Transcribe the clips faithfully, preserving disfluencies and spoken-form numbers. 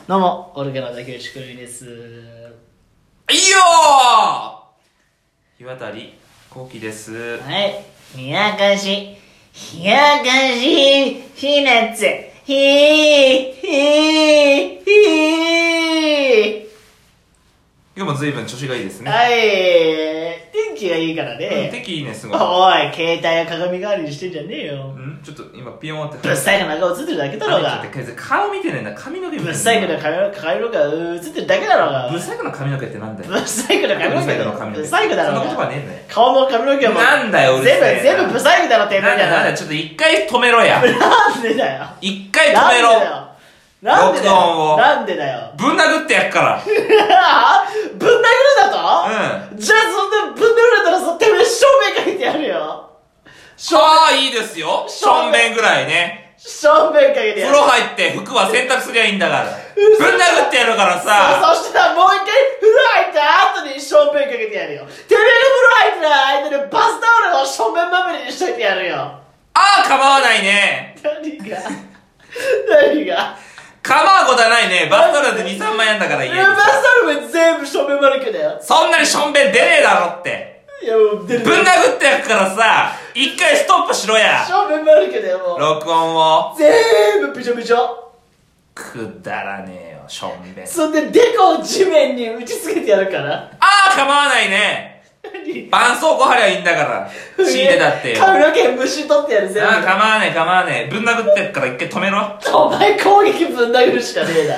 どうも、オルガの竹内くるみです。 いいよー岩谷幸喜です。 はい。冷やかし、冷やかし、ひなつ、ひー、ひー、ひー。 今日も随分調子がいいですね。 はい。天気がいいからね。 うん、天気いいね、すごい。 おい、携帯を鏡代わりにしてんじゃねえよ。 んちょっと今ピヨーンって。 ぶっさいが中映ってるだけだろうが。 顔見てねえんだ、髪の毛見てぶっさいが髪の毛が映ってるだけだろうが。 ぶっさいの髪の毛ってなんだよ。 ぶっさいが髪の毛だろ。ぶっさいだろうが。 そんな言葉ねえんだよ。 顔も髪の毛も。 なんだよ、うるせえ。 全部、全部ブサイクだろ、てめえなんだなんだ、ちょっと一回止めろや。 なんでだよ。 一回止めろ。 なんでだよ。 録音を。 なんでだよ。 ぶん殴ってやっから。 ぶん殴るだと？うん。じゃあそんなぶん殴られたらさ、てめえ正面かけてやるよ。 ああ、いいですよ。正面ぐらいね。 正面かけてやる。 風呂入って服は洗濯すりゃいいんだから。ぶん殴ってやるからさ。 そしたらもう一回風呂入った後に正面かけてやるよ。てめえが風呂入ってる間にバスタオルを正面まみれにしといてやるよ。 ああ、構わないね。 何が何が構うことはないね。バスタオルでに、さんまいあんだから家でさ。 バスタオルも全部正面までけだよ。 そんなにしょんべん出ねえだろって。 いやもう出る。 ぶん殴ってやるからさ、一回ストップしろや。 正面までけだよ、もう。 録音を。 全部びちょびちょ。 くだらねえよ、しょんべん。 そんでデコを地面に打ちつけてやるから。 ああ、構わないね。絆創膏貼りゃいいんだから。仕入れだってよ。 髪の毛虫取ってやる全部。 ああ、構わない構わない。ぶん殴ってっから一回止めろ。 お前攻撃ぶん殴るしかねえな。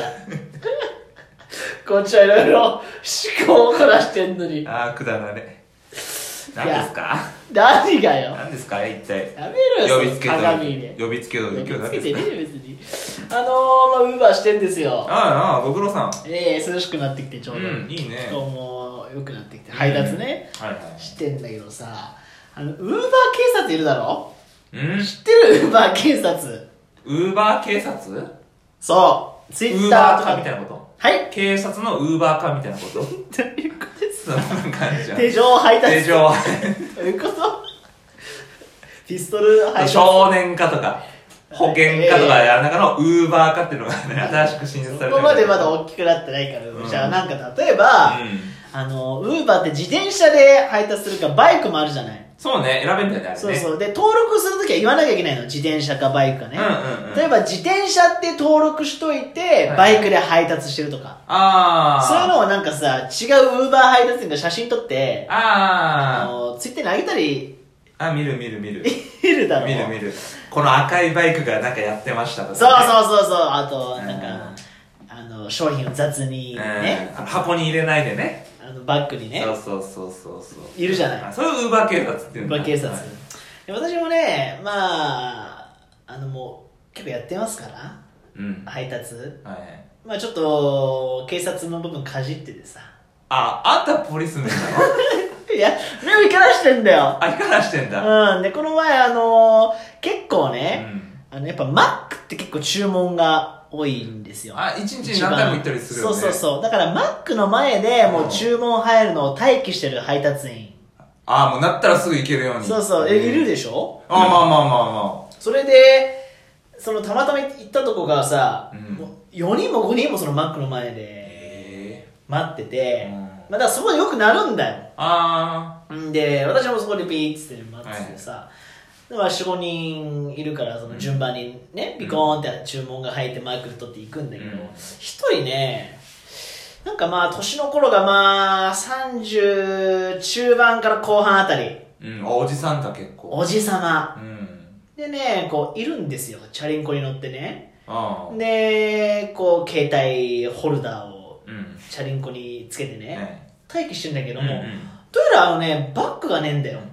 こっちはいろいろ思考を凝らしてんのに。 ああ、くだらね。何ですか？ 何がよ。 何ですか一体。 やめろよ、 呼びつけと鏡で。 呼びつけと呼び今日何つけてねですか？ 別に。あのー、まあ、ウーバーしてんですよ。 ああ、ああ、ご苦労さん。 ええー、涼しくなってきてちょうど。 うん、いいね。 気候も良くなってきて、配達ね、 はいはい。 してんだけどさ、あの、ウーバー警察いるだろ？ うん知ってる？ウーバー警察。 ウーバー警察？ そう。ツイウーッターとか。 バー化みたいなこと？ はい警察のウーバー化みたいなこと？ どういうことですそんな感じじゃん。 手錠配達。 手錠。 どういうこと？ピストル配達。 少年化とか、保険化とかやる中のウーバー化っていうのがね、新しく新設されてる。 そこまでまだ大きくなってないから、うん、じゃあなんか例えば、うん、あの、ウーバーって自転車で配達するか、バイクもあるじゃない。 そうね、選べんだよね、あれね。 そうそう。で、登録するときは言わなきゃいけないの。自転車かバイクかね。 うんうんうん、 例えば自転車って登録しといて、バイクで配達してるとか。 ああ。 そういうのをなんかさ、違うウーバー配達員が写真撮って、 ああの、ツイッターに上げたり、 あ、見る見る見る。 見るだろ。 見る見る。この赤いバイクがなんかやってましたとか、ね。 そうそうそうそう。あと、なんか、あの、商品を雑にね。 箱に入れないでね。 あの、バッグにね。 そうそうそうそうそう。 いるじゃない。 そういうウーバー警察っていうのウーバー警察。はい、で私もね、まあ、あのもう、結構やってますから。うん。配達。はい。まあちょっと、警察の部分かじっててさ。 あ、あんたポリスメンなの？ いや、目を光らしてんだよ。 あ、光らしてんだ。 うん。で、この前、あのー、結構ね、うん、あの、やっぱマックって結構注文が多いんですよ。 あ、一日に何回も行ったりするよね。 そうそうそう。だからマックの前でもう注文入るのを待機してる配達員。 ああ、もうなったらすぐ行けるように。 そうそう。え、いるでしょ？ ああ、まあまあまあまあ。 それで、そのたまたま行ったとこがさ、うん、もうよにんもごにんもそのマックの前で待ってて、うんまあ、だからそこでよくなるんだよ。ああ。んで、私もそこでピーッつって待っててさ、はい、でまあ、よん、ごにんいるから、その順番にね、うん、ピコーンって注文が入ってマイクで取っていくんだけど、一、うん、人ね、なんかまあ、年の頃がまあ、さんじゅう中盤から後半あたり。 うん、おじさんか結構。 おじさま。うん。でね、こう、いるんですよ。チャリンコに乗ってね。あで、こう、携帯ホルダーを、チャリンコにつけてね、はい、待機してんだけども、うんうん、どうやらあのね、バッグがねえんだよ。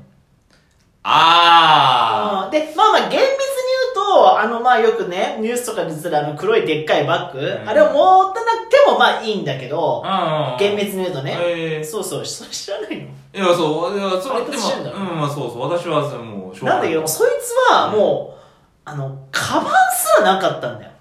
ああ、うん。で、まあまあ厳密に言うと、あのまあよくね、ニュースとかで映るあの黒いでっかいバッグ、うん、あれを持ってなくてもまあいいんだけど、うん、厳密に言うとね、えー、そうそう、それ知らないの？いや、そう、いや、そう、でも、うん、まあそうそう、私はもう、 なんだけども、そいつはもう、うん、あの、カバンすらなかったんだよ。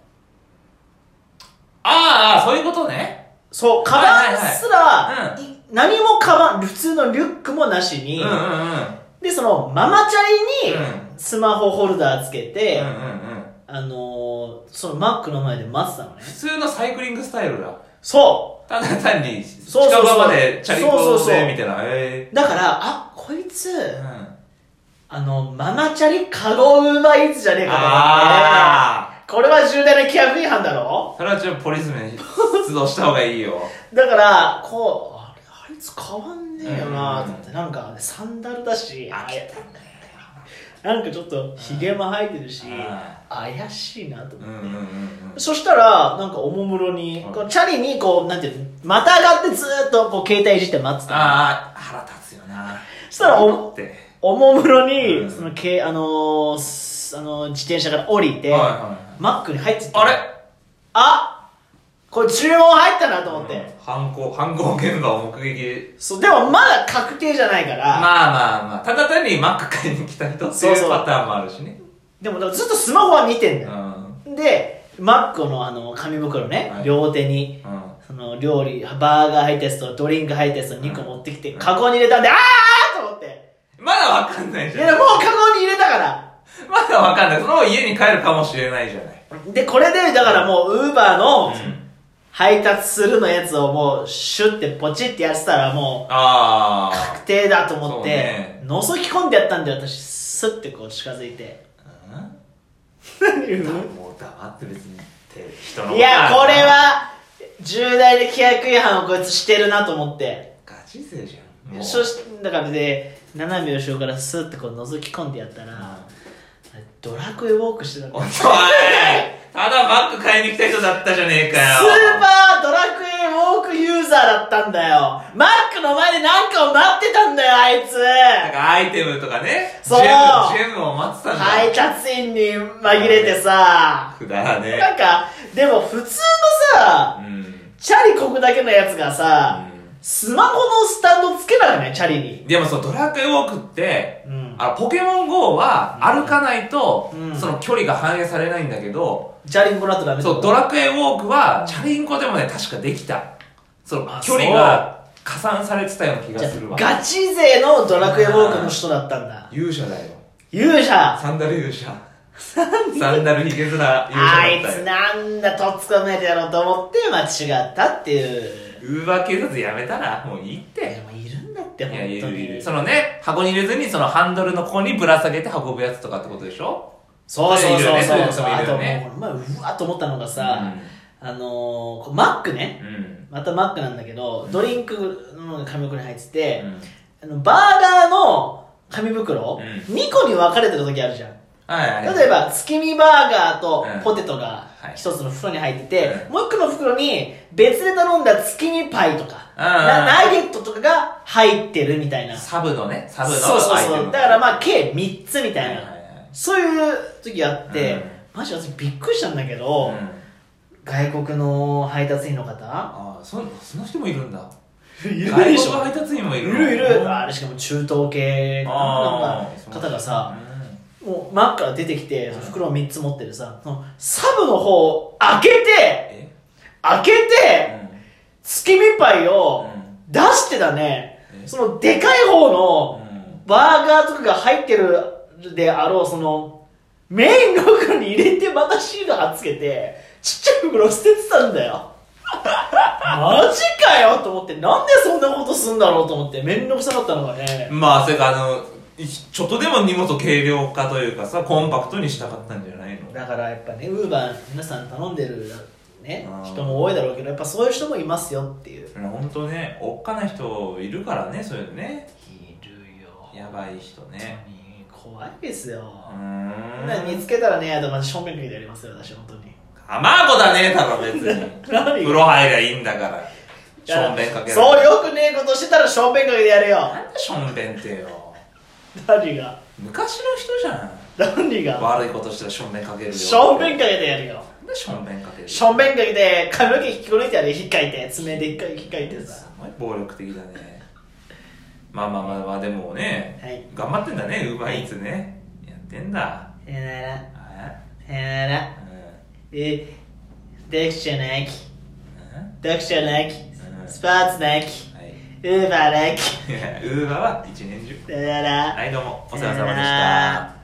ああ、そういうことね。 そう、カバンすら、はいはいはい、何もカバン、普通のリュックもなしに、うんうんうん、で、その、ママチャリに、スマホホルダーつけて、うんうんうん、ああのー、そのマックの前で待ってたのね。 普通のサイクリングスタイルだ。 そうただ単に近場までチャリコでみたいな。えー、だからあこいつ、うん、あのママチャリカゴウーバーイーツじゃねえかと思ってあこれは重大な規約違反だろ。 それはちょっとポリスメン出動した方がいいよ。 だからこうあれあいつ変わんねえよなと思って、うん、なんかサンダルだしあやったんだよなんかちょっとヒゲも生えてるし怪しいなと思って、うんうんうんうん、そしたらなんかおもむろに、うん、こうチャリにこうなんていうのまた上がってずーっとこう携帯いじって待ってた。 ああ腹立つよな。 そしたら お, おもむろに、うん、そのけあのー、あの自転車から降りて、はいはいはい、マックに入ってった。 あれあこれ注文入ったなと思って、うん、 犯行犯行現場を目撃。 そうでもまだ確定じゃないから。 まあまあまあただ単にマック買いに来た人っていうパターンもあるしね。 でもずっとスマホは見てんだよ、うん、でマックのあの紙袋ね、はい、両手に、うん、その料理バーガー入ったやつとドリンク入ったやつとにこ持ってきて、うん、カゴに入れたんで、あーと思って。 まだわかんないじゃん。 いやもうカゴに入れたからまだわかんない。そのまま家に帰るかもしれないじゃない。 でこれでだからもうウーバーの、うん配達するのやつをもうシュッてポチってやってたらもうあ確定だと思って、ね、覗き込んでやったんで私スッてこう近づいて、うん、何言うのもう黙って別に人のいやこれは重大で規約違反をこいつしてるなと思ってガチ勢じゃん。もうそしだからで斜め後ろからスッてこう覗き込んでやったら、うん、ドラクエウォークしてたんだよ。おいただマック買いに来た人だったじゃねえかよ。 スーパードラクエウォークユーザーだったんだよ。マックの前で何かを待ってたんだよあいつ。 なんかアイテムとかね。 そうジェム、ジェムを待ってたんだ。 配達員に紛れてさ。 くだらね。 なんかでも普通のさ、うん、チャリこぐだけのやつがさ、うんスマホのスタンドつけないよね、チャリに。 でもそう、ドラクエウォークって、うん、あポケモン ゴー は歩かないと、うん、その距離が反映されないんだけど、 チャリンコだとダメだ。 そう、ドラクエウォークは、チャリンコでもね、確かできた。その、距離が加算されてたような気がするわ。 ガチ勢のドラクエウォークの人だったんだ。 勇者だよ。 勇者サンダル勇者。サンダルひげ面勇者だったよ。 あいつなんだ、とっつかめてやろうと思って間違ったっていう。 ウーバー警察やめたらもういいって。 でもいるんだって本当に。いやいるいる。 そのね箱に入れずにそのハンドルのここにぶら下げて運ぶやつとかってことでしょ。 そうそうそうそう。そういう人もいるよね。あともうこの前うわっと思ったのがさ、うん、あのー、マックね、うん、またマックなんだけど、うん、ドリンクの紙袋に入ってて、うん、あのバーガーの紙袋、うん、にこに分かれてる時あるじゃん。はいはいはい、例えば月見バーガーとポテトが一つの袋に入ってて、うん、もう一個の袋に別で頼んだ月見パイとか、うん、ナゲットとかが入ってるみたいな。 サブのね、サブのそうそうそう。だからまあ計みっつみたいな、はいはいはい、そういう時あって、うん、マジ私びっくりしたんだけど、うん、外国の配達員の方、 ああ、そその人もいるんだ。 いるでしょ。 外国配達員もいる。 いるいる。あれしかも中東系の方がさ。もうマックから出てきて、うん、袋をみっつ持ってるさ、そのサブの方を開けて開けて、うん、月見パイを出してたね、うん、そのでかい方のバーガーとかが入ってるであろうそのメインの袋に入れてまたシール貼っつけてちっちゃい袋捨ててたんだよマジかよと思って、なんでそんなことすんだろうと思ってめんどくさかったのがね。 まあそれかあのちょっとでも荷物軽量化というかさ、コンパクトにしたかったんじゃないの。 だからやっぱね、ウーバー皆さん頼んでる、ね、人も多いだろうけど、やっぱそういう人もいますよっていう。 本当ね、おっかな人いるからね、そういうのね。 いるよ。 やばい人ね。 怖いですよ。うーん見つけたらね、あとまず正面かけてやりますよ、私本当に。 卵だね、ただ別に。風呂入りゃいいんだから。正面かける。 そうよくねえことしてたら正面かけてやるよ。 なんで正面ってよ。 何が昔の人じゃん。何が悪いことしたら正面かけるよ。 正面かけてやるよ。 なんで正面かける正面かけて髪の毛引きこ抜いてやるよ。引っかいて爪で引っかいてさ。 すごい暴力的だね。まあまあまあまあでもね、はい、頑張ってんだね、ウーバーイーツね、やってんだ。 さよならさよなら、うん、え読書の秋、読書の秋、スポーツの秋、ウーバーの秋。 ウーバーは一年中。 さよなら。 はい、どうもお世話様でした。